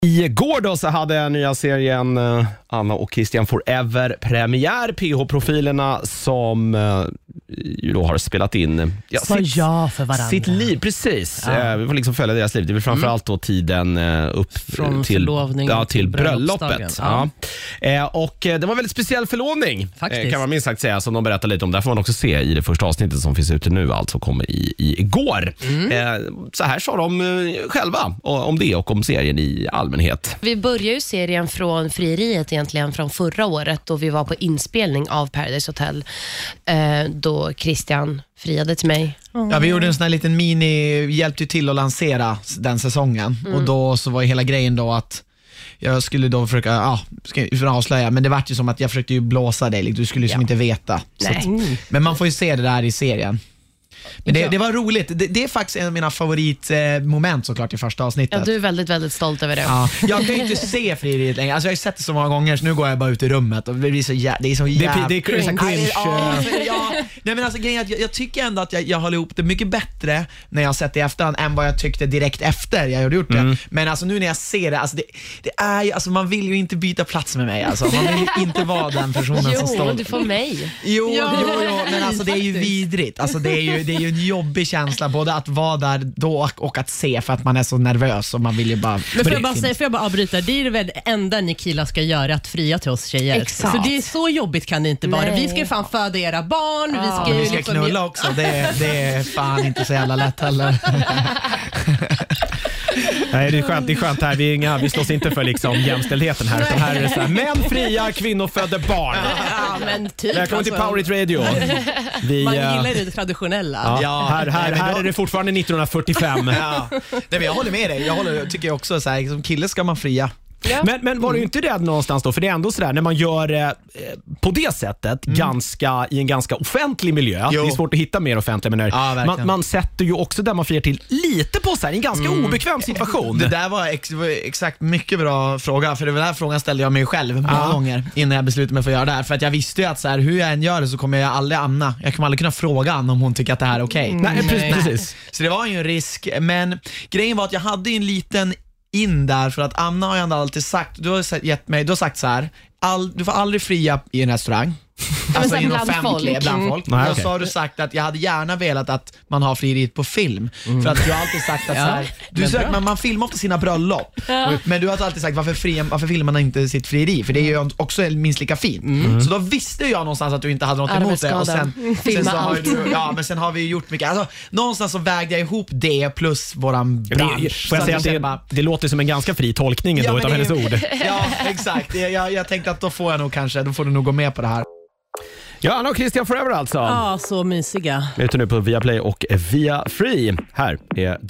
Igår då så hade nya serien Anna och Christian Forever premiär. PH-profilerna som ju då har spelat in sitt liv, precis. Vi får liksom följa deras liv. Det är väl framförallt då tiden upp från till förlovning till bröllopet. Och det var en väldigt speciell förlovning, kan man minst sagt säga, som de berättar lite om. Där får man också se i det första avsnittet som finns ute nu, alltså kommer igår. Så här sa de själva om det och om serien i allmänhet. Vi börjar ju serien från frieriet egentligen från förra året då vi var på inspelning av Paradise Hotel då Christian friade till mig. Ja, vi gjorde en sån här liten hjälpte till att lansera den säsongen och då så var hela grejen då att jag skulle då försöka avslöja, men det var ju som att jag försökte ju blåsa dig, du skulle liksom inte veta. Men man får ju se det där i serien. Men det var roligt. Det är faktiskt en av mina favoritmoment såklart i första avsnittet. Ja, du är väldigt, väldigt stolt över det. Ja, jag kan ju inte se frieriet längre. Alltså jag har ju sett det så många gånger, så nu går jag bara ut i rummet och det blir så det är så jävla... Det är cringe. Nej, men alltså grejen är att jag tycker ändå att jag håller ihop det mycket bättre när jag har sett det i efterhand än vad jag tyckte direkt efter jag hade gjort det. Men alltså nu när jag ser det, alltså det är ju, alltså man vill ju inte byta plats med mig, alltså. Man vill ju inte vara den personen som står... Jo, du får mig. Jo, men alltså det är ju vidrigt. Alltså det är ju en jobbig känsla både att vara där då och att se, för att man är så nervös och man vill ju bara... Men får jag bara avbryta, det är väl det enda ni killar ska göra, att fria till oss tjejer. Exakt. Så det är så jobbigt kan det inte vara. Nej. Vi ska ju fan föda era barn, vi ska knulla också, det är fan inte så jävla lätt heller. Nej, det är skönt här. Vi slås inte för liksom jämställdheten här, utan här är det så här: män fria, kvinnor födde barn. Men typ, välkommen till Power It Radio. Man gillar det traditionella. Här är det fortfarande 1945. Nej, men jag håller med dig. Tycker jag också så här, som kille ska man fria. Ja. Men var du inte rädd någonstans då? För det är ändå sådär, när man gör det på det sättet i en ganska offentlig miljö. Det är svårt att hitta mer offentliga miljöer. Man sätter ju också där man friar till lite på så här, en ganska obekväm situation. Det där var exakt mycket bra fråga. För den här frågan ställde jag mig själv många gånger innan jag beslutade mig för att göra det här. För att jag visste ju att så här, hur jag än gör det så kommer jag aldrig Anna. Jag kommer aldrig kunna fråga Anna om hon tycker att det här är okej. Nej, precis. Så det var ju en risk. Men grejen var att jag hade en liten in där, för att Anna har ju ändå alltid sagt, du har sagt så här: du får aldrig fria i en restaurang. Alltså i en offentlig bland folk. Och så har du sagt att jag hade gärna velat att man har frieriet på film. För att du har alltid sagt att så här, man filmar ofta sina bröllop. Men du har alltid sagt varför filmar man inte sitt frieri? För det är ju också minst lika fint. Så då visste jag någonstans att du inte hade något emot det. Och sen så har du, men sen har vi gjort mycket. Alltså, någonstans så vägde jag ihop det plus våran bransch. Får jag säga att det låter som en ganska fri tolkning då, utav hennes ord. Ja, exakt. Jag tänkte att då får du nog gå med på det här. Ja, Anna och Christian Forever alltså. Ja, så mysiga. Ute nu på Viaplay och Via Free. Här är